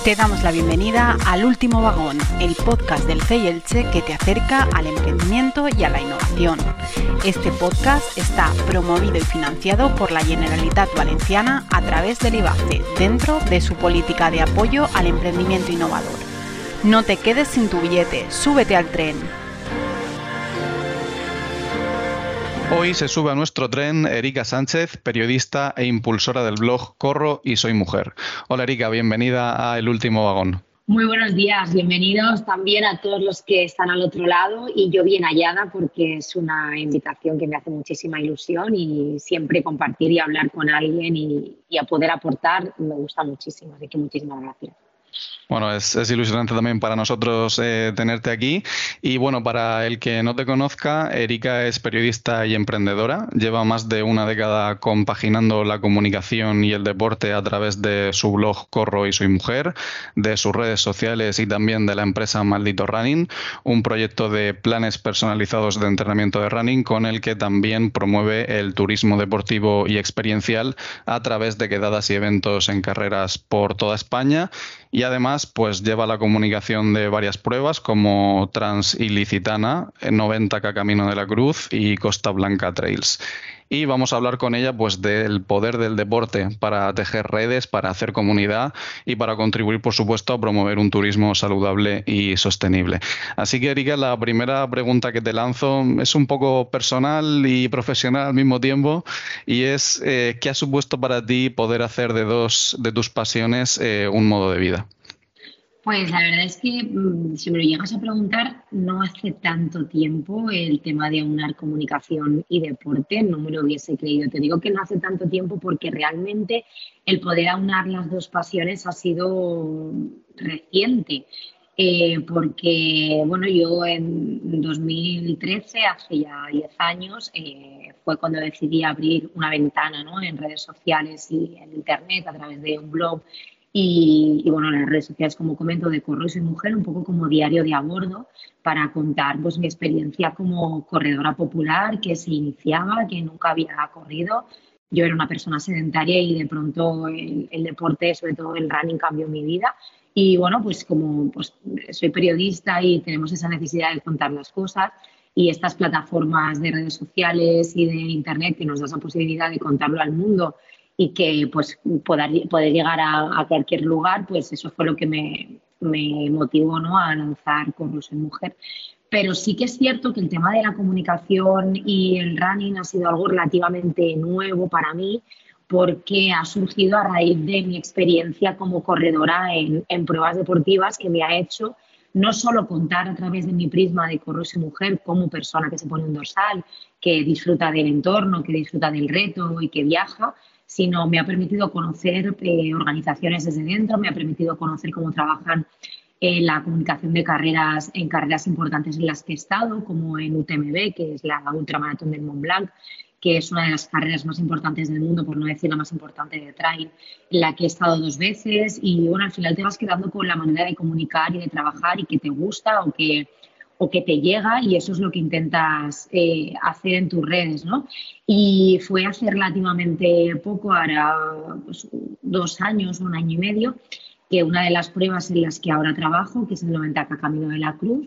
Te damos la bienvenida al Último Vagón, el podcast del CEI Elche que te acerca al emprendimiento y a la innovación. Este podcast está promovido y financiado por la Generalitat Valenciana a través del IBACE, dentro de su política de apoyo al emprendimiento innovador. No te quedes sin tu billete, súbete al tren. Hoy se sube a nuestro tren Erika Sánchez, periodista e impulsora del blog Corro y Soy Mujer. Hola Erika, bienvenida a El Último Vagón. Muy buenos días, bienvenidos también a todos los que están al otro lado y yo bien hallada porque es una invitación que me hace muchísima ilusión y siempre compartir y hablar con alguien y a poder aportar me gusta muchísimo, así que muchísimas gracias. Bueno, es ilusionante también para nosotros tenerte aquí. Y bueno, para el que no te conozca, Erika es periodista y emprendedora. Lleva más de una década compaginando la comunicación y el deporte a través de su blog Corro y Soy Mujer, de sus redes sociales y también de la empresa Maldito Running, un proyecto de planes personalizados de entrenamiento de running con el que también promueve el turismo deportivo y experiencial a través de quedadas y eventos en carreras por toda España. Y además, pues lleva la comunicación de varias pruebas como Transilicitana, 90K Camino de la Cruz y Costa Blanca Trails. Y vamos a hablar con ella pues del poder del deporte para tejer redes, para hacer comunidad y para contribuir, por supuesto, a promover un turismo saludable y sostenible. Así que, Erika, la primera pregunta que te lanzo es un poco personal y profesional al mismo tiempo y es ¿qué ha supuesto para ti poder hacer de dos de tus pasiones un modo de vida? Pues la verdad es que si me lo llegas a preguntar, no hace tanto tiempo el tema de aunar comunicación y deporte, no me lo hubiese creído. Te digo que no hace tanto tiempo porque realmente el poder aunar las dos pasiones ha sido reciente. Porque, bueno, yo en 2013, hace ya 10 años, fue cuando decidí abrir una ventana, ¿no?, en redes sociales y en Internet a través de un blog. Y bueno, en las redes sociales, como comento, de Corro y Soy Mujer, un poco como diario de a bordo para contar pues mi experiencia como corredora popular que se iniciaba, que nunca había corrido. Yo era una persona sedentaria y de pronto el deporte, sobre todo el running, cambió mi vida. Y bueno, pues como pues, soy periodista y tenemos esa necesidad de contar las cosas y estas plataformas de redes sociales y de Internet que nos da esa posibilidad de contarlo al mundo y que pues poder llegar a cualquier lugar, pues eso fue lo que me motivó, ¿no?, a lanzar Corro Soy Mujer. Pero sí que es cierto que el tema de la comunicación y el running ha sido algo relativamente nuevo para mí porque ha surgido a raíz de mi experiencia como corredora en pruebas deportivas que me ha hecho no solo contar a través de mi prisma de Corro Soy Mujer como persona que se pone un dorsal, que disfruta del entorno, que disfruta del reto y que viaja, sino me ha permitido conocer organizaciones desde dentro, me ha permitido conocer cómo trabajan la comunicación de carreras en carreras importantes en las que he estado, como en UTMB, que es la Ultramaratón del Mont Blanc, que es una de las carreras más importantes del mundo, por no decir la más importante de trail, en la que he estado 2 veces. Y bueno, al final te vas quedando con la manera de comunicar y de trabajar y que te gusta o que te llega, y eso es lo que intentas hacer en tus redes, ¿no? Y fue hace relativamente poco, ahora pues, 2 años, 1 año y medio, que una de las pruebas en las que ahora trabajo, que es el 90K Camino de la Cruz,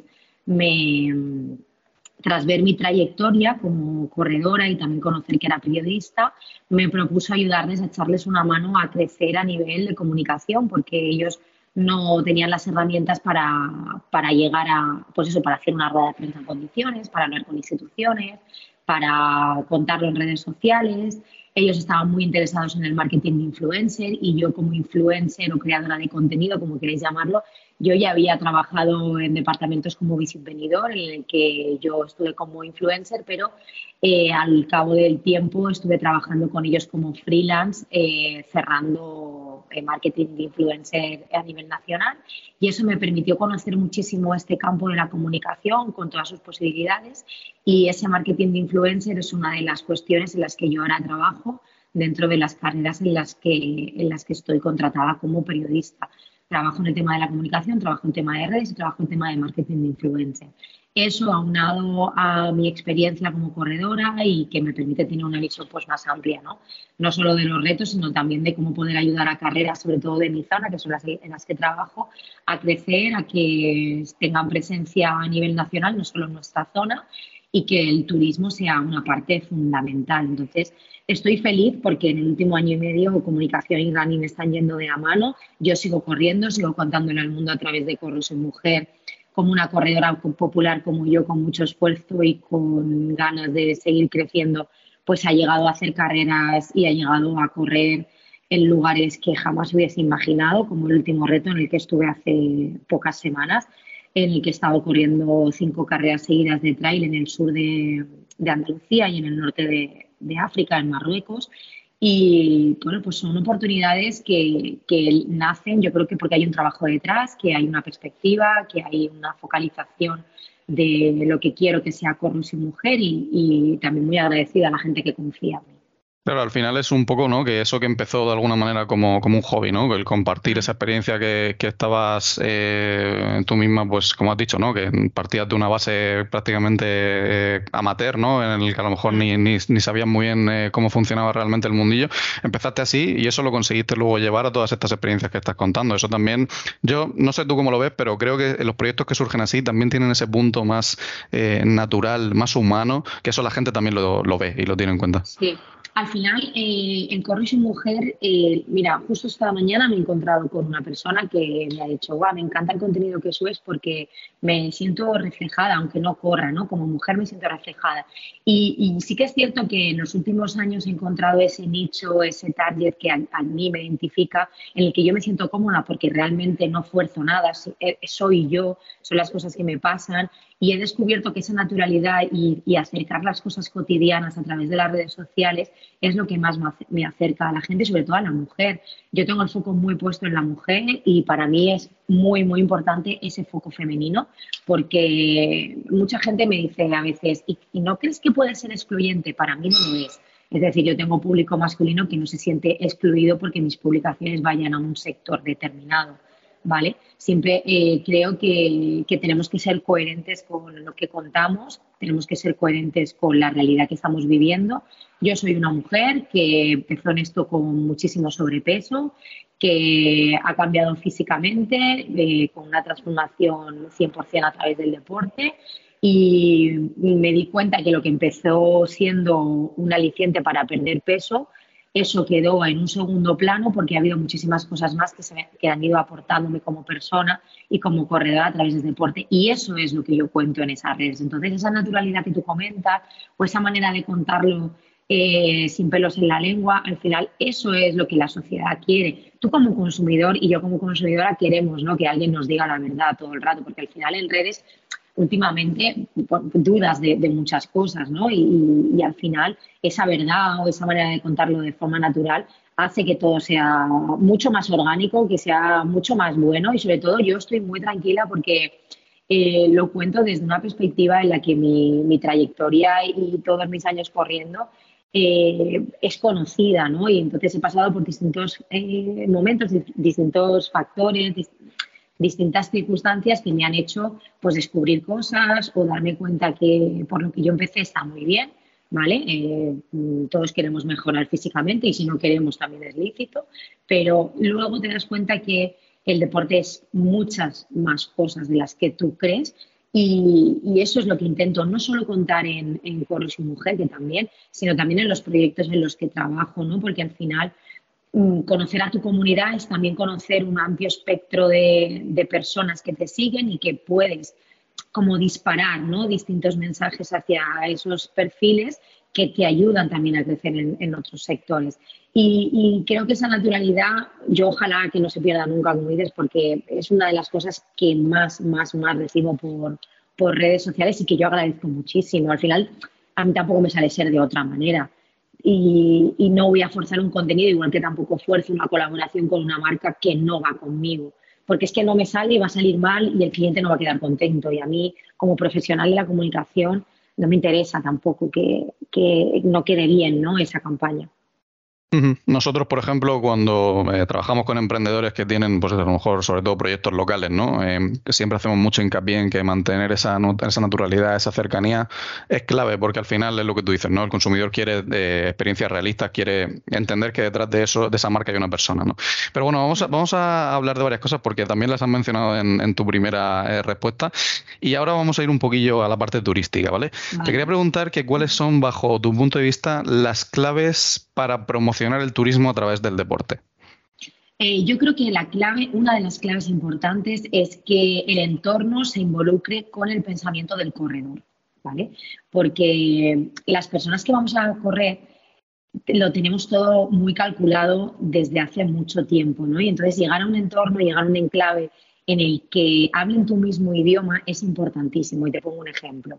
tras ver mi trayectoria como corredora y también conocer que era periodista, me propuso ayudarles a echarles una mano a crecer a nivel de comunicación, porque ellos no tenían las herramientas para llegar a, pues eso, para hacer una rueda de prensa en condiciones, para hablar con instituciones, para contarlo en redes sociales. Ellos estaban muy interesados en el marketing de influencer y yo como influencer o creadora de contenido, como queréis llamarlo, yo ya había trabajado en departamentos como Visit Benidorm, en el que yo estuve como influencer, pero al cabo del tiempo estuve trabajando con ellos como freelance, cerrando marketing de influencer a nivel nacional, y eso me permitió conocer muchísimo este campo de la comunicación con todas sus posibilidades, y ese marketing de influencer es una de las cuestiones en las que yo ahora trabajo dentro de las carreras en las que estoy contratada como periodista. Trabajo en el tema de la comunicación, trabajo en el tema de redes y trabajo en el tema de marketing de influencer. Eso aunado a mi experiencia como corredora y que me permite tener una visión pues, más amplia, ¿no? No solo de los retos, sino también de cómo poder ayudar a carreras, sobre todo de mi zona, que son las en las que trabajo, a crecer, a que tengan presencia a nivel nacional, no solo en nuestra zona, y que el turismo sea una parte fundamental. Entonces, estoy feliz porque en el último año y medio comunicación y running están yendo de la mano. Yo sigo corriendo, sigo contándole al mundo a través de Corro Soy Mujer como una corredora popular como yo, con mucho esfuerzo y con ganas de seguir creciendo, pues ha llegado a hacer carreras y ha llegado a correr en lugares que jamás hubiese imaginado, como el último reto en el que estuve hace pocas semanas, en el que he estado corriendo 5 carreras seguidas de trail en el sur de Andalucía y en el norte de África, en Marruecos. Y bueno, pues son oportunidades que nacen, yo creo que porque hay un trabajo detrás, que hay una perspectiva, que hay una focalización de lo que quiero que sea Corro Soy Mujer y también muy agradecida a la gente que confía en mí. Claro, al final es un poco, ¿no? Que eso que empezó de alguna manera como un hobby, ¿no? El compartir esa experiencia que estabas tú misma, pues como has dicho, ¿no? Que partías de una base prácticamente amateur, ¿no? En el que a lo mejor ni sabías muy bien cómo funcionaba realmente el mundillo. Empezaste así y eso lo conseguiste luego llevar a todas estas experiencias que estás contando. Eso también, yo no sé tú cómo lo ves, pero creo que los proyectos que surgen así también tienen ese punto más natural, más humano, que eso la gente también lo ve y lo tiene en cuenta. Sí. Al final, en Corro Soy Mujer, mira, justo esta mañana me he encontrado con una persona que me ha dicho, guau, me encanta el contenido que subes porque me siento reflejada, aunque no corra, ¿no? Como mujer me siento reflejada. Y sí que es cierto que en los últimos años he encontrado ese nicho, ese target que a mí me identifica, en el que yo me siento cómoda porque realmente no fuerzo nada, soy yo, son las cosas que me pasan. Y he descubierto que esa naturalidad y acercar las cosas cotidianas a través de las redes sociales es lo que más me acerca a la gente, sobre todo a la mujer. Yo tengo el foco muy puesto en la mujer y para mí es muy, muy importante ese foco femenino porque mucha gente me dice a veces, ¿y no crees que puede ser excluyente? Para mí no lo es. Es decir, yo tengo público masculino que no se siente excluido porque mis publicaciones vayan a un sector determinado. ¿Vale? Siempre creo que tenemos que ser coherentes con lo que contamos, tenemos que ser coherentes con la realidad que estamos viviendo. Yo soy una mujer que empezó en esto con muchísimo sobrepeso, que ha cambiado físicamente, con una transformación 100% a través del deporte y me di cuenta que lo que empezó siendo un aliciente para perder peso, eso quedó en un segundo plano porque ha habido muchísimas cosas más que han ido aportándome como persona y como corredora a través del deporte. Y eso es lo que yo cuento en esas redes. Entonces, esa naturalidad que tú comentas o esa manera de contarlo sin pelos en la lengua, al final eso es lo que la sociedad quiere. Tú como consumidor y yo como consumidora queremos, ¿no?, que alguien nos diga la verdad todo el rato, porque al final en redes últimamente dudas de muchas cosas, ¿no? Y al final esa verdad o esa manera de contarlo de forma natural hace que todo sea mucho más orgánico, que sea mucho más bueno y sobre todo yo estoy muy tranquila porque lo cuento desde una perspectiva en la que mi trayectoria y todos mis años corriendo es conocida, ¿no? Y entonces he pasado por distintos momentos, distintos factores, distintas circunstancias que me han hecho pues descubrir cosas o darme cuenta que por lo que yo empecé está muy bien, ¿vale? Todos queremos mejorar físicamente y si no queremos también es lícito, pero luego te das cuenta que el deporte es muchas más cosas de las que tú crees y eso es lo que intento no solo contar en Corro Soy Mujer, que también, sino también en los proyectos en los que trabajo, ¿no? Porque al final conocer a tu comunidad es también conocer un amplio espectro de personas que te siguen y que puedes como disparar, ¿no?, distintos mensajes hacia esos perfiles que te ayudan también a crecer en otros sectores. Y creo que esa naturalidad, yo ojalá que no se pierda nunca, como dices, porque es una de las cosas que más recibo por redes sociales y que yo agradezco muchísimo. Al final, a mí tampoco me sale ser de otra manera. Y no voy a forzar un contenido, igual que tampoco fuerzo una colaboración con una marca que no va conmigo. Porque es que no me sale y va a salir mal y el cliente no va a quedar contento. Y a mí, como profesional de la comunicación, no me interesa tampoco que no quede bien, ¿no?, esa campaña. Ujú. Nosotros, por ejemplo, cuando trabajamos con emprendedores que tienen, pues a lo mejor, sobre todo proyectos locales, ¿no? Que siempre hacemos mucho hincapié en que mantener esa naturalidad, esa cercanía es clave, porque al final es lo que tú dices, ¿no? El consumidor quiere experiencias realistas, quiere entender que detrás de eso, de esa marca hay una persona, ¿no? Pero bueno, vamos a hablar de varias cosas porque también las has mencionado en tu primera respuesta. Y ahora vamos a ir un poquillo a la parte turística, ¿vale? Te quería Vale. preguntar que cuáles son, bajo tu punto de vista, las claves para promocionar el turismo a través del deporte. Yo creo que la clave, una de las claves importantes es que el entorno se involucre con el pensamiento del corredor, ¿vale? Porque las personas que vamos a correr lo tenemos todo muy calculado desde hace mucho tiempo, ¿no? Y entonces llegar a un entorno, llegar a un enclave en el que hablen tu mismo idioma es importantísimo. Y te pongo un ejemplo.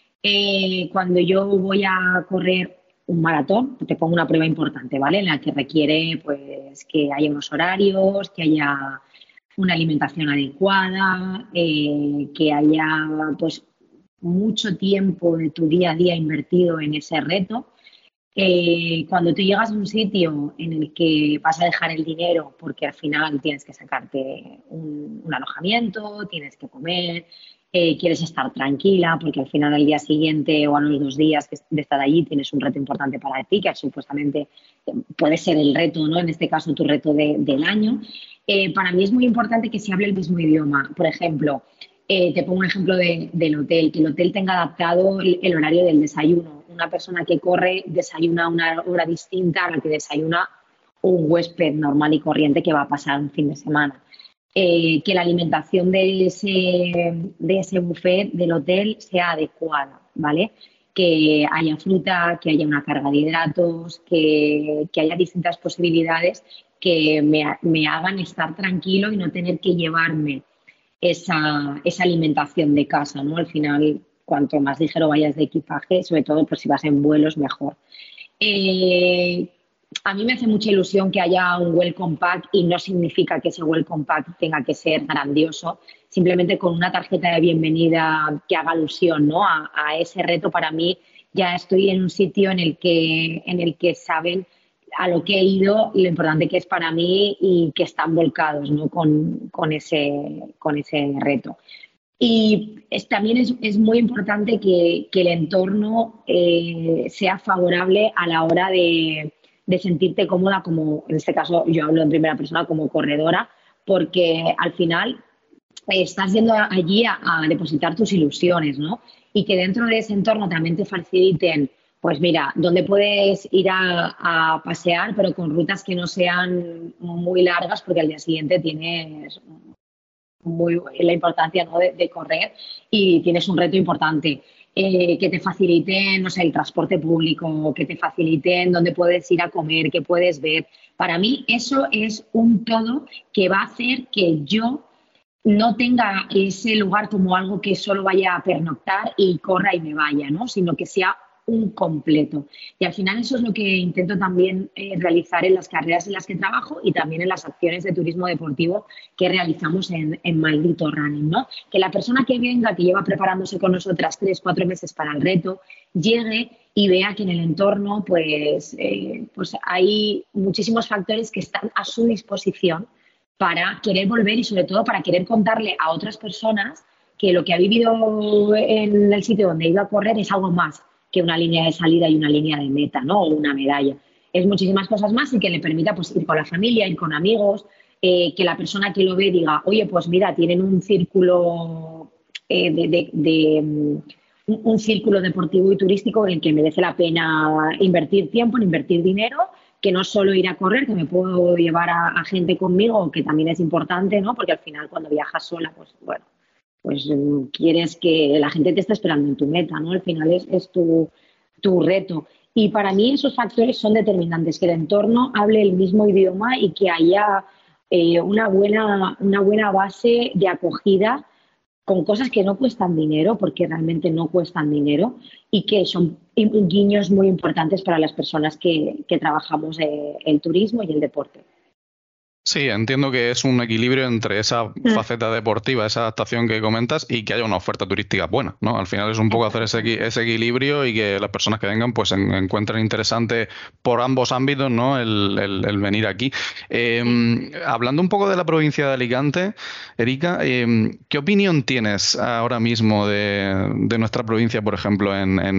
Cuando yo voy a correr un maratón, te pongo una prueba importante, ¿vale? En la que requiere, pues, que haya unos horarios, que haya una alimentación adecuada, que haya, pues, mucho tiempo de tu día a día invertido en ese reto. Cuando tú llegas a un sitio en el que vas a dejar el dinero porque al final tienes que sacarte un alojamiento, tienes que comer, quieres estar tranquila porque al final al día siguiente o a los 2 días de estar allí tienes un reto importante para ti, que supuestamente puede ser el reto, ¿no? En este caso tu reto del año. Para mí es muy importante que se hable el mismo idioma. Por ejemplo, te pongo un ejemplo del hotel, que el hotel tenga adaptado el horario del desayuno. Una persona que corre desayuna a una hora distinta a la que desayuna un huésped normal y corriente que va a pasar un fin de semana. Que la alimentación de ese buffet del hotel sea adecuada, ¿vale? Que haya fruta, que haya una carga de hidratos, que haya distintas posibilidades que me hagan estar tranquilo y no tener que llevarme esa alimentación de casa, ¿no? Al final, cuanto más ligero vayas de equipaje, sobre todo pues si vas en vuelos, mejor. Eh, a mí me hace mucha ilusión que haya un welcome pack y no significa que ese welcome pack tenga que ser grandioso, simplemente con una tarjeta de bienvenida que haga alusión, ¿no? a ese reto. Para mí ya estoy en un sitio en el que saben a lo que he ido y lo importante que es para mí y que están volcados, ¿no? con ese reto. Y también es muy importante que el entorno sea favorable a la hora de sentirte cómoda, como en este caso yo hablo en primera persona, como corredora, porque al final estás yendo allí a depositar tus ilusiones, ¿no? Y que dentro de ese entorno también te faciliten, pues mira, dónde puedes ir a pasear, pero con rutas que no sean muy largas, porque al día siguiente tienes la importancia, ¿no? de correr y tienes un reto importante. Que te faciliten, no sé, el transporte público, que te faciliten dónde puedes ir a comer, qué puedes ver. Para mí eso es un todo que va a hacer que yo no tenga ese lugar como algo que solo vaya a pernoctar y corra y me vaya, ¿no? Sino que sea un completo. Y al final eso es lo que intento también realizar en las carreras en las que trabajo y también en las acciones de turismo deportivo que realizamos en Maldito Running, ¿no? Que la persona que venga, que lleva preparándose con nosotras 3, 4 meses para el reto, llegue y vea que en el entorno pues hay muchísimos factores que están a su disposición para querer volver y sobre todo para querer contarle a otras personas que lo que ha vivido en el sitio donde ha ido a correr es algo más que una línea de salida y una línea de meta, ¿no? O una medalla. Es muchísimas cosas más y que le permita pues, ir con la familia, ir con amigos, que la persona que lo ve diga, oye, pues mira, tienen un círculo un círculo deportivo y turístico en el que merece la pena invertir tiempo, en invertir dinero, que no solo ir a correr, que me puedo llevar a gente conmigo, que también es importante, ¿no? Porque al final cuando viajas sola, pues bueno, pues quieres que la gente te esté esperando en tu meta, ¿no? Al final es tu reto. Y para mí esos factores son determinantes, que el entorno hable el mismo idioma y que haya una buena base de acogida con cosas que no cuestan dinero, porque realmente no cuestan dinero, y que son guiños muy importantes para las personas que trabajamos el turismo y el deporte. Sí, entiendo que es un equilibrio entre esa faceta deportiva, esa adaptación que comentas y que haya una oferta turística buena, ¿no? Al final es un poco hacer ese equilibrio y que las personas que vengan pues encuentren interesante por ambos ámbitos, ¿no? El venir aquí. Hablando un poco de la provincia de Alicante, Erika, ¿qué opinión tienes ahora mismo de nuestra provincia, por ejemplo,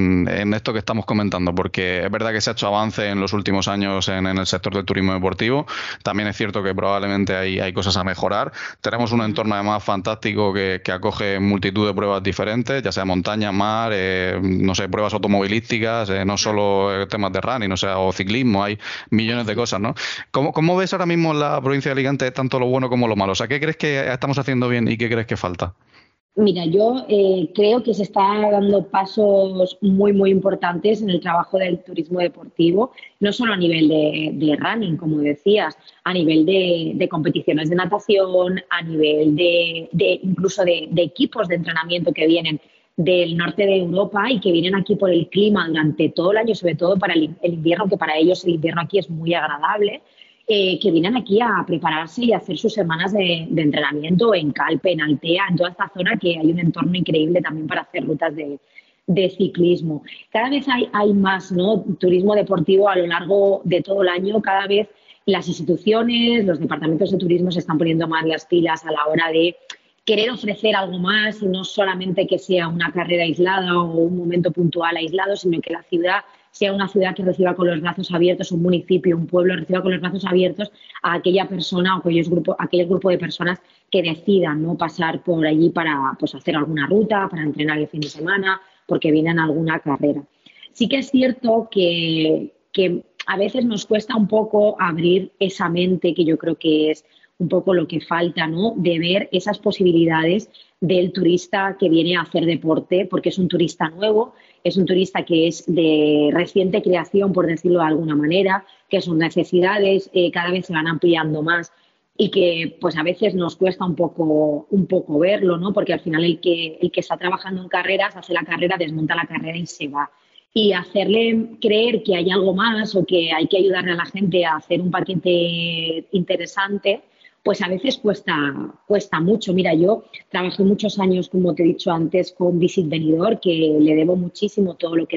en esto que estamos comentando? Porque es verdad que se ha hecho avance en los últimos años en el sector del turismo deportivo. También es cierto que probablemente hay cosas a mejorar. Tenemos un entorno además fantástico que acoge multitud de pruebas diferentes, ya sea montaña, mar, no sé, pruebas automovilísticas, no solo temas de running, o ciclismo, hay millones de cosas, ¿no? ¿Cómo ves ahora mismo la provincia de Alicante tanto lo bueno como lo malo? O sea, ¿qué crees que estamos haciendo bien y qué crees que falta? Mira, yo creo que se está dando pasos muy, muy importantes en el trabajo del turismo deportivo, no solo a nivel de running, como decías, a nivel de competiciones de natación, a nivel incluso de equipos de entrenamiento que vienen del norte de Europa y que vienen aquí por el clima durante todo el año, sobre todo para el invierno, que para ellos el invierno aquí es muy agradable. Que vienen aquí a prepararse y a hacer sus semanas de entrenamiento en Calpe, en Altea, en toda esta zona, que hay un entorno increíble también para hacer rutas de ciclismo. Cada vez hay más, ¿no?, turismo deportivo a lo largo de todo el año. Cada vez las instituciones, los departamentos de turismo se están poniendo más las pilas a la hora de querer ofrecer algo más y no solamente que sea una carrera aislada o un momento puntual aislado, sino que la ciudad sea una ciudad que reciba con los brazos abiertos, un municipio, un pueblo reciba con los brazos abiertos a aquella persona o aquel grupo de personas que decidan, ¿no?, pasar por allí para, pues, hacer alguna ruta, para entrenar el fin de semana, porque vienen a alguna carrera. Sí que es cierto que a veces nos cuesta un poco abrir esa mente, que yo creo que es un poco lo que falta, ¿no?, de ver esas posibilidades del turista que viene a hacer deporte, porque es un turista nuevo, es un turista que es de reciente creación, por decirlo de alguna manera, que sus necesidades cada vez se van ampliando más y que pues a veces nos cuesta un poco verlo, ¿no?, porque al final el que está trabajando en carreras hace la carrera, desmonta la carrera y se va. Y hacerle creer que hay algo más o que hay que ayudarle a la gente a hacer un paquete interesante, pues a veces cuesta mucho. Mira, yo trabajé muchos años, como te he dicho antes, con Visit Benidorm, que le debo muchísimo todo lo que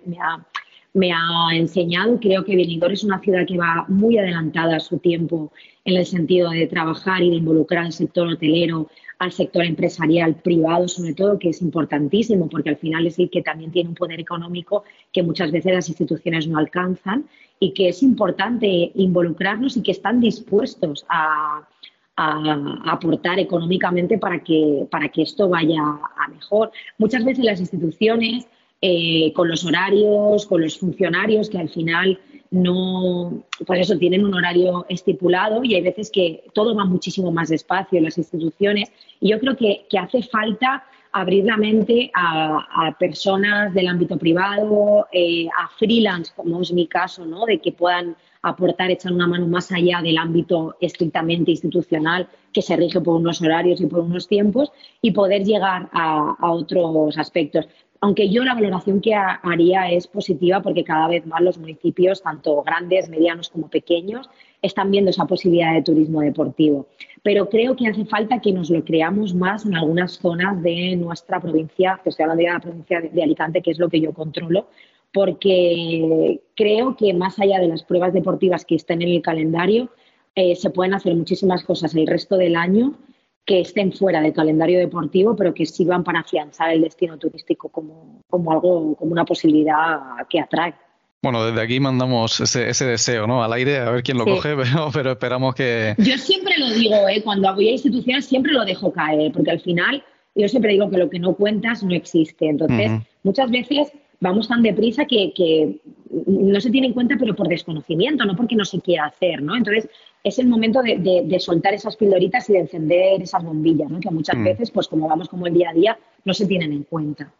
me ha enseñado. Creo que Benidorm es una ciudad que va muy adelantada a su tiempo en el sentido de trabajar y de involucrar al sector hotelero, al sector empresarial privado, sobre todo, que es importantísimo porque al final es el que también tiene un poder económico que muchas veces las instituciones no alcanzan y que es importante involucrarnos y que están dispuestos a aportar económicamente para que esto vaya a mejor. Muchas veces las instituciones, con los horarios, con los funcionarios que al final no, pues eso, tienen un horario estipulado y hay veces que todo va muchísimo más despacio en las instituciones y yo creo que hace falta abrir la mente a personas del ámbito privado, a freelance, como es mi caso, ¿no?, de que puedan aportar, echar una mano más allá del ámbito estrictamente institucional que se rige por unos horarios y por unos tiempos y poder llegar a otros aspectos. Aunque yo la valoración que haría es positiva porque cada vez más los municipios, tanto grandes, medianos como pequeños, están viendo esa posibilidad de turismo deportivo. Pero creo que hace falta que nos lo creamos más en algunas zonas de nuestra provincia, que estoy hablando ya de la provincia de Alicante, que es lo que yo controlo, porque creo que más allá de las pruebas deportivas que estén en el calendario, se pueden hacer muchísimas cosas el resto del año que estén fuera del calendario deportivo, pero que sirvan para afianzar el destino turístico como una posibilidad que atrae. Bueno, desde aquí mandamos ese deseo, ¿no?, al aire, a ver quién lo coge, pero esperamos que... Yo siempre lo digo, cuando voy a instituciones siempre lo dejo caer, porque al final yo siempre digo que lo que no cuentas no existe. Entonces, muchas veces vamos tan deprisa que no se tiene en cuenta, pero por desconocimiento, no porque no se quiera hacer, ¿no? Entonces, es el momento de soltar esas pildoritas y de encender esas bombillas, ¿no?, que muchas veces, pues como vamos como el día a día, no se tienen en cuenta.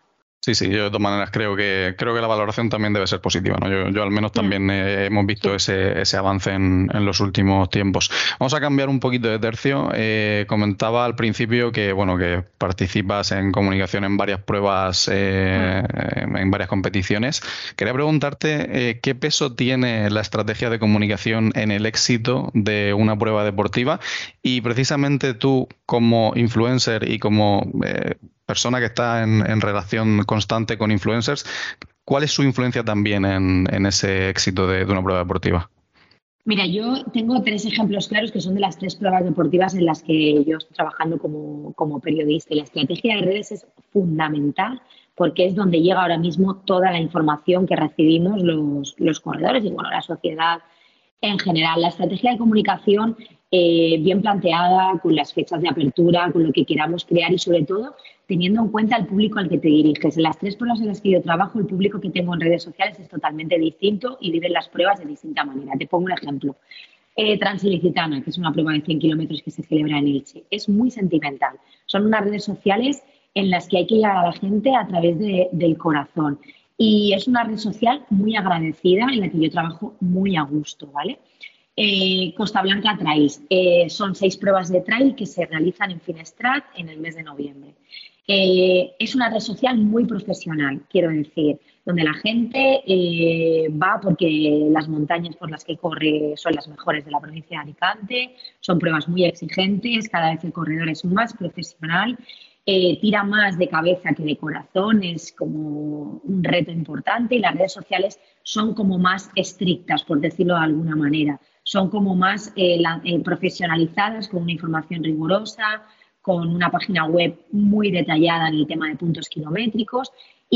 Sí, yo de todas maneras creo que la valoración también debe ser positiva, ¿no? Yo al menos también hemos visto ese avance en los últimos tiempos. Vamos a cambiar un poquito de tercio. Comentaba al principio que participas en comunicación en varias pruebas, en varias competiciones. Quería preguntarte qué peso tiene la estrategia de comunicación en el éxito de una prueba deportiva, y precisamente tú como influencer y como persona que está en relación constante con influencers, ¿cuál es su influencia también en ese éxito de una prueba deportiva? Mira, yo tengo 3 ejemplos claros que son de las 3 pruebas deportivas en las que yo estoy trabajando como periodista. Y la estrategia de redes es fundamental porque es donde llega ahora mismo toda la información que recibimos los corredores y bueno, la sociedad en general. La estrategia de comunicación bien planteada, con las fechas de apertura, con lo que queramos crear y sobre todo teniendo en cuenta el público al que te diriges. En las 3 pruebas en las que yo trabajo, el público que tengo en redes sociales es totalmente distinto y viven las pruebas de distinta manera. Te pongo un ejemplo. Transilicitana, que es una prueba de 100 kilómetros que se celebra en Elche. Es muy sentimental. Son unas redes sociales en las que hay que llegar a la gente a través del corazón. Y es una red social muy agradecida en la que yo trabajo muy a gusto, ¿vale? Costa Blanca Trails. Son 6 pruebas de trail que se realizan en Finestrat en el mes de noviembre. Es una red social muy profesional, quiero decir, donde la gente va porque las montañas por las que corre son las mejores de la provincia de Alicante, son pruebas muy exigentes, cada vez el corredor es más profesional, tira más de cabeza que de corazón, es como un reto importante y las redes sociales son como más estrictas, por decirlo de alguna manera, son como más profesionalizadas, con una información rigurosa, con una página web muy detallada en el tema de puntos kilométricos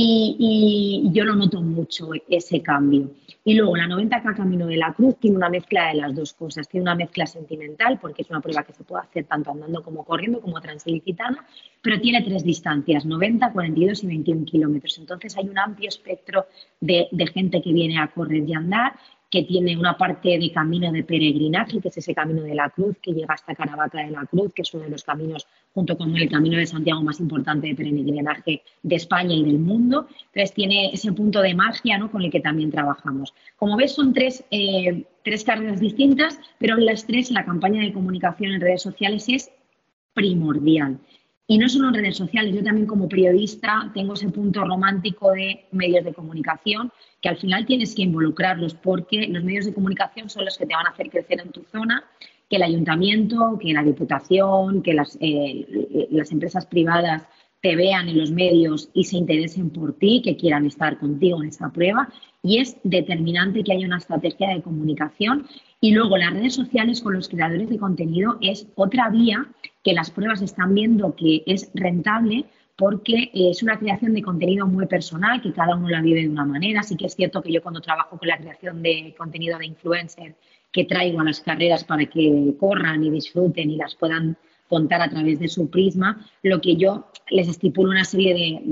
y yo lo noto mucho ese cambio. Y luego la 90K Camino de la Cruz tiene una mezcla de las dos cosas. Tiene una mezcla sentimental porque es una prueba que se puede hacer tanto andando como corriendo como transilicitana, pero tiene 3 distancias, 90, 42 y 21 kilómetros. Entonces hay un amplio espectro de gente que viene a correr y andar, que tiene una parte de camino de peregrinaje, que es ese Camino de la Cruz, que llega hasta Caravaca de la Cruz, que es uno de los caminos, junto con el Camino de Santiago, más importante de peregrinaje de España y del mundo. Entonces tiene ese punto de magia, ¿no?, con el que también trabajamos. Como ves, son 3 carreras distintas, pero en las 3 la campaña de comunicación en redes sociales es primordial. Y no solo en redes sociales, yo también como periodista tengo ese punto romántico de medios de comunicación que al final tienes que involucrarlos porque los medios de comunicación son los que te van a hacer crecer en tu zona, que el ayuntamiento, que la diputación, que las empresas privadas te vean en los medios y se interesen por ti, que quieran estar contigo en esa prueba. Y es determinante que haya una estrategia de comunicación. Y luego las redes sociales con los creadores de contenido es otra vía que las pruebas están viendo que es rentable porque es una creación de contenido muy personal, que cada uno la vive de una manera. Sí que es cierto que yo cuando trabajo con la creación de contenido de influencer, que traigo a las carreras para que corran y disfruten y las puedan contar a través de su prisma, lo que yo les estipulo una serie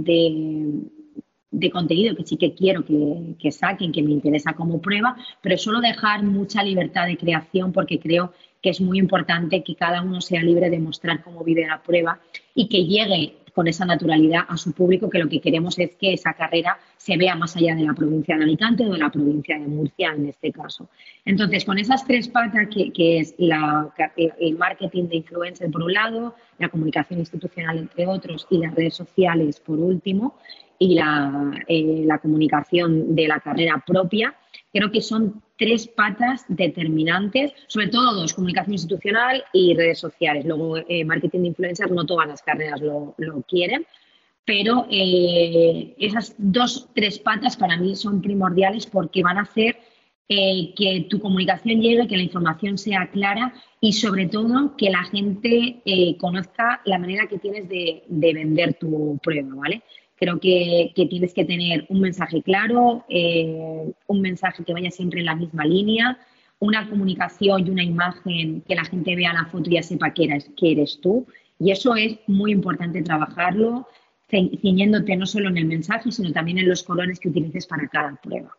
de contenido que sí que quiero que saquen, que me interesa como prueba, pero suelo dejar mucha libertad de creación porque creo que es muy importante que cada uno sea libre de mostrar cómo vive la prueba y que llegue con esa naturalidad a su público, que lo que queremos es que esa carrera se vea más allá de la provincia de Alicante o de la provincia de Murcia en este caso. Entonces, con esas 3 patas que es el marketing de influencer por un lado, la comunicación institucional entre otros y las redes sociales por último, y la comunicación de la carrera propia, creo que son 3 patas determinantes, sobre todo 2, comunicación institucional y redes sociales. Luego, marketing de influencers, no todas las carreras lo quieren, pero esas 2-3 patas para mí son primordiales porque van a hacer que tu comunicación llegue, que la información sea clara y sobre todo que la gente conozca la manera que tienes de vender tu prueba, ¿vale? Creo que tienes que tener un mensaje claro, un mensaje que vaya siempre en la misma línea, una comunicación y una imagen que la gente vea la foto y ya sepa que eres tú. Y eso es muy importante trabajarlo, ciñéndote no solo en el mensaje, sino también en los colores que utilices para cada prueba.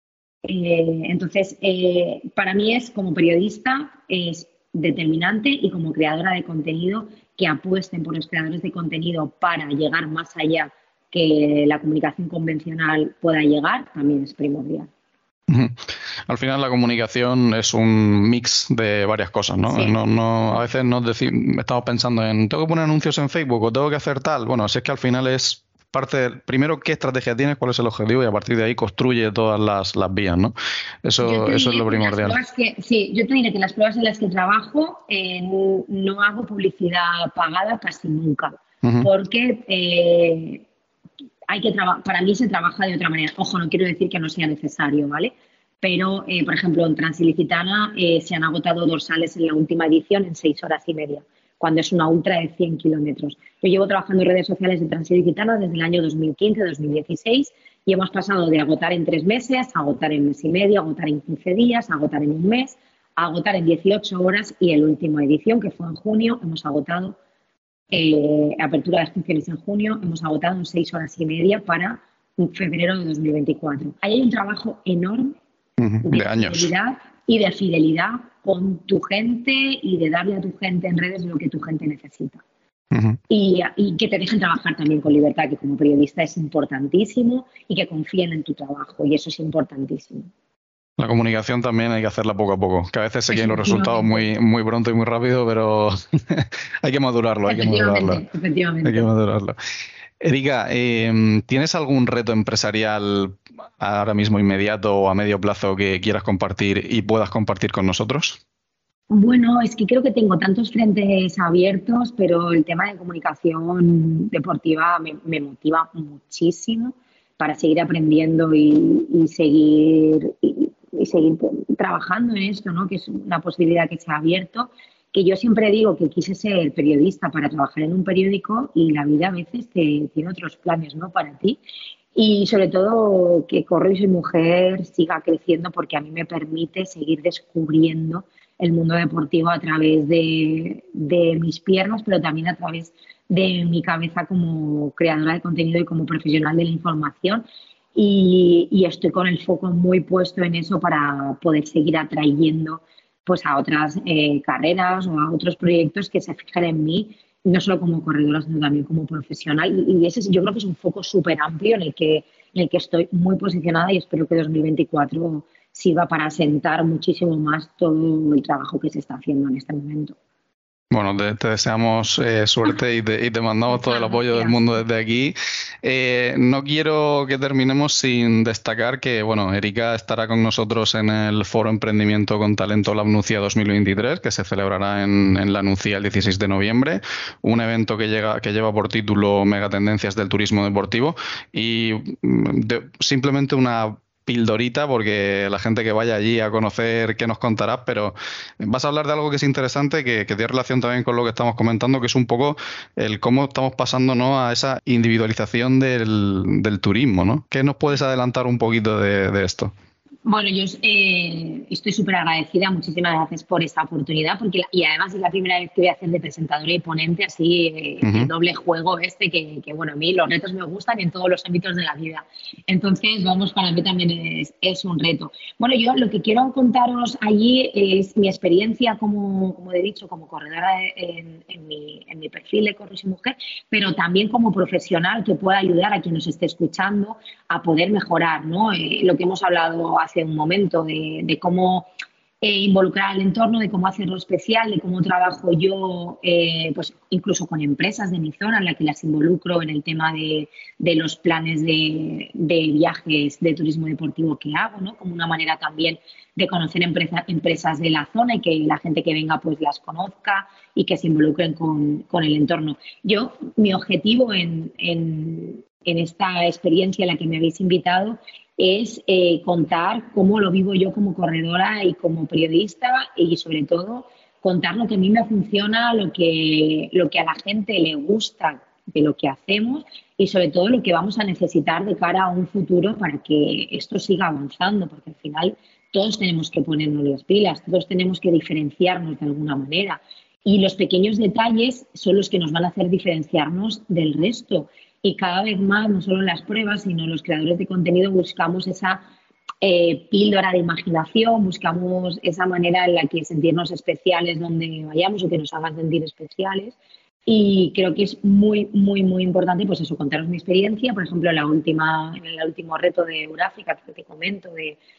Entonces, para mí como periodista, es determinante y como creadora de contenido que apuesten por los creadores de contenido para llegar más allá que la comunicación convencional pueda llegar, también es primordial. Al final la comunicación es un mix de varias cosas, ¿no? Sí. A veces estamos pensando en tengo que poner anuncios en Facebook o tengo que hacer tal. Bueno, si es que al final es primero qué estrategia tienes, cuál es el objetivo y a partir de ahí construye todas las vías, ¿no? Eso es lo primordial. Yo te diré que las pruebas en las que trabajo no hago publicidad pagada casi nunca, porque para mí se trabaja de otra manera. Ojo, no quiero decir que no sea necesario, ¿vale? Pero, por ejemplo, en Transilicitana se han agotado dorsales en la última edición en 6 horas y media, cuando es una ultra de 100 kilómetros. Yo llevo trabajando en redes sociales de Transilicitana desde el año 2015-2016 y hemos pasado de agotar en 3 meses, a agotar en mes y medio, a agotar en 15 días, a agotar en un mes, a agotar en 18 horas y en la última edición, que fue en junio, hemos agotado apertura de inscripciones en junio, hemos agotado en 6 horas y media para febrero de 2024. Ahí hay un trabajo enorme de fidelidad y de fidelidad con tu gente y de darle a tu gente en redes lo que tu gente necesita. Y que te dejen trabajar también con libertad, que como periodista es importantísimo, y que confíen en tu trabajo, y eso es importantísimo. La comunicación también hay que hacerla poco a poco, que a veces se quieren los resultados muy, muy pronto y muy rápido, pero hay que madurarlo, Efectivamente. Hay que madurarlo. Erika, ¿tienes algún reto empresarial ahora mismo inmediato o a medio plazo que quieras compartir y puedas compartir con nosotros? Bueno, es que creo que tengo tantos frentes abiertos, pero el tema de comunicación deportiva me motiva muchísimo para seguir aprendiendo y seguir trabajando en esto, ¿no? Que es una posibilidad que se ha abierto, que yo siempre digo que quise ser periodista para trabajar en un periódico y la vida a veces tiene otros planes, ¿no? Para ti. Y sobre todo que Corro y Soy Mujer siga creciendo porque a mí me permite seguir descubriendo el mundo deportivo a través de mis piernas, pero también a través de mi cabeza como creadora de contenido y como profesional de la información. Y estoy con el foco muy puesto en eso para poder seguir atrayendo pues a otras carreras o a otros proyectos que se fijen en mí, no solo como corredora, sino también como profesional. Y ese yo creo que es un foco súper amplio en el que estoy muy posicionada y espero que 2024 sirva para asentar muchísimo más todo el trabajo que se está haciendo en este momento. Bueno, te deseamos suerte y te mandamos todo el apoyo del mundo desde aquí. No quiero que terminemos sin destacar que, bueno, Erika estará con nosotros en el Foro Emprendimiento con Talento La Nucía 2023, que se celebrará en La Nucía el 16 de noviembre, un evento que lleva por título Megatendencias del Turismo Deportivo y simplemente una pildorita, porque la gente que vaya allí a conocer qué nos contarás, pero vas a hablar de algo que es interesante, que tiene relación también con lo que estamos comentando, que es un poco el cómo estamos pasando, ¿no?, a esa individualización del turismo, ¿no? ¿Qué nos puedes adelantar un poquito de esto? Bueno, yo estoy súper agradecida, muchísimas gracias por esta oportunidad, y además es la primera vez que voy a hacer de presentadora y ponente, así el doble juego que bueno, a mí los retos me gustan en todos los ámbitos de la vida. Entonces, vamos, para mí también es un reto. Bueno, yo lo que quiero contaros allí es mi experiencia, como he dicho, como corredora en mi perfil de Corro y Soy Mujer, pero también como profesional que pueda ayudar a quien nos esté escuchando a poder mejorar, ¿no? Lo que hemos hablado hace un momento de cómo involucrar al entorno, de cómo hacerlo especial, de cómo trabajo yo, pues incluso con empresas de mi zona en la que las involucro en el tema de los planes de viajes de turismo deportivo que hago, ¿no? Como una manera también de conocer empresas de la zona y que la gente que venga pues las conozca y que se involucren con el entorno. Mi objetivo en esta experiencia a la que me habéis invitado es contar cómo lo vivo yo como corredora y como periodista y sobre todo contar lo que a mí me funciona, lo que a la gente le gusta de lo que hacemos y sobre todo lo que vamos a necesitar de cara a un futuro para que esto siga avanzando, porque al final todos tenemos que ponernos las pilas, todos tenemos que diferenciarnos de alguna manera y los pequeños detalles son los que nos van a hacer diferenciarnos del resto. Y cada vez más, no solo en las pruebas, sino los creadores de contenido buscamos esa píldora de imaginación, buscamos esa manera en la que sentirnos especiales donde vayamos o que nos hagan sentir especiales. Y creo que es muy, muy, muy importante, pues eso, contaros mi experiencia. Por ejemplo, en el último reto de Euráfrica que te comento,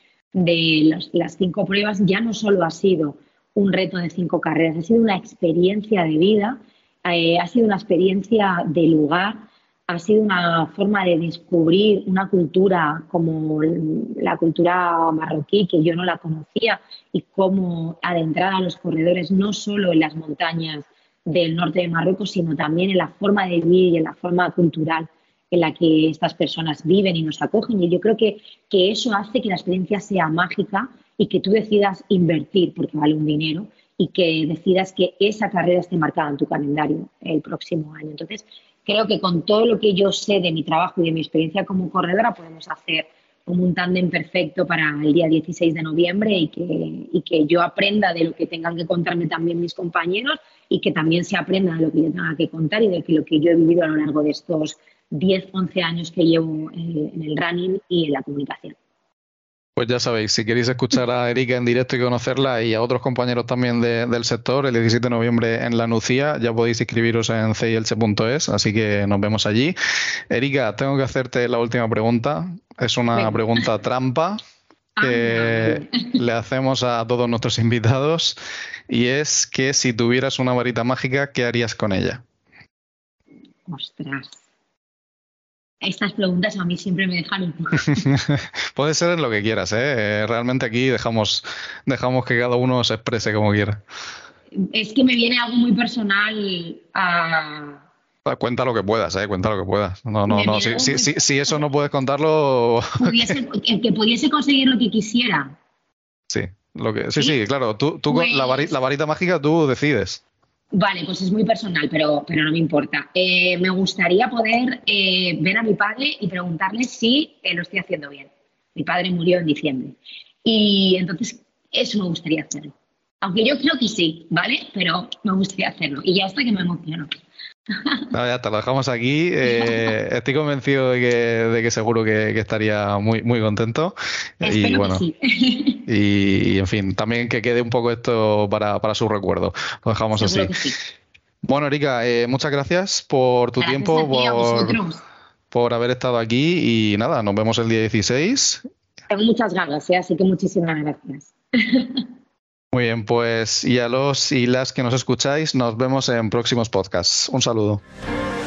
las 5 pruebas, ya no solo ha sido un reto de 5 carreras, ha sido una experiencia de vida, ha sido una experiencia de lugar, ha sido una forma de descubrir una cultura como la cultura marroquí, que yo no la conocía, y cómo adentrar a los corredores no solo en las montañas del norte de Marruecos, sino también en la forma de vivir y en la forma cultural en la que estas personas viven y nos acogen. Y yo creo que eso hace que la experiencia sea mágica y que tú decidas invertir, porque vale un dinero, y que decidas que esa carrera esté marcada en tu calendario el próximo año. Entonces, creo que con todo lo que yo sé de mi trabajo y de mi experiencia como corredora podemos hacer como un tándem perfecto para el día 16 de noviembre y que yo aprenda de lo que tengan que contarme también mis compañeros y que también se aprenda de lo que yo tenga que contar y de lo que yo he vivido a lo largo de estos 10, 11 años que llevo en el running y en la comunicación. Pues ya sabéis, si queréis escuchar a Erika en directo y conocerla y a otros compañeros también del sector, el 17 de noviembre en La Nucía, ya podéis inscribiros en ceyelche.es, así que nos vemos allí. Erika, tengo que hacerte la última pregunta. Es una pregunta trampa que le hacemos a todos nuestros invitados y es que si tuvieras una varita mágica, ¿qué harías con ella? Ostras. Estas preguntas a mí siempre me dejan un poco. Puede ser en lo que quieras, ¿eh? Realmente aquí dejamos que cada uno se exprese como quiera. Es que me viene algo muy personal a... Cuenta lo que puedas, cuenta lo que puedas. No. Si eso no puedes contarlo... El que pudiese conseguir lo que quisiera. Sí, sí, claro. Tú pues... la varita mágica tú decides. Vale, pues es muy personal, pero no me importa. Me gustaría poder ver a mi padre y preguntarle si lo estoy haciendo bien. Mi padre murió en diciembre. Y entonces eso me gustaría hacerlo. Aunque yo creo que sí, ¿vale? Pero me gustaría hacerlo. Y ya está que me emociono. No, ya te lo dejamos aquí. Estoy convencido de que seguro que estaría muy, muy contento. Espero y bueno, que sí. Y en fin, también que quede un poco esto para su recuerdo. Lo dejamos seguro así. Que sí. Bueno, Erika, muchas gracias por tu tiempo, por haber estado aquí y nada, nos vemos el día 16. Tengo muchas ganas, así que muchísimas gracias. Muy bien, pues y a los y las que nos escucháis, nos vemos en próximos podcasts. Un saludo.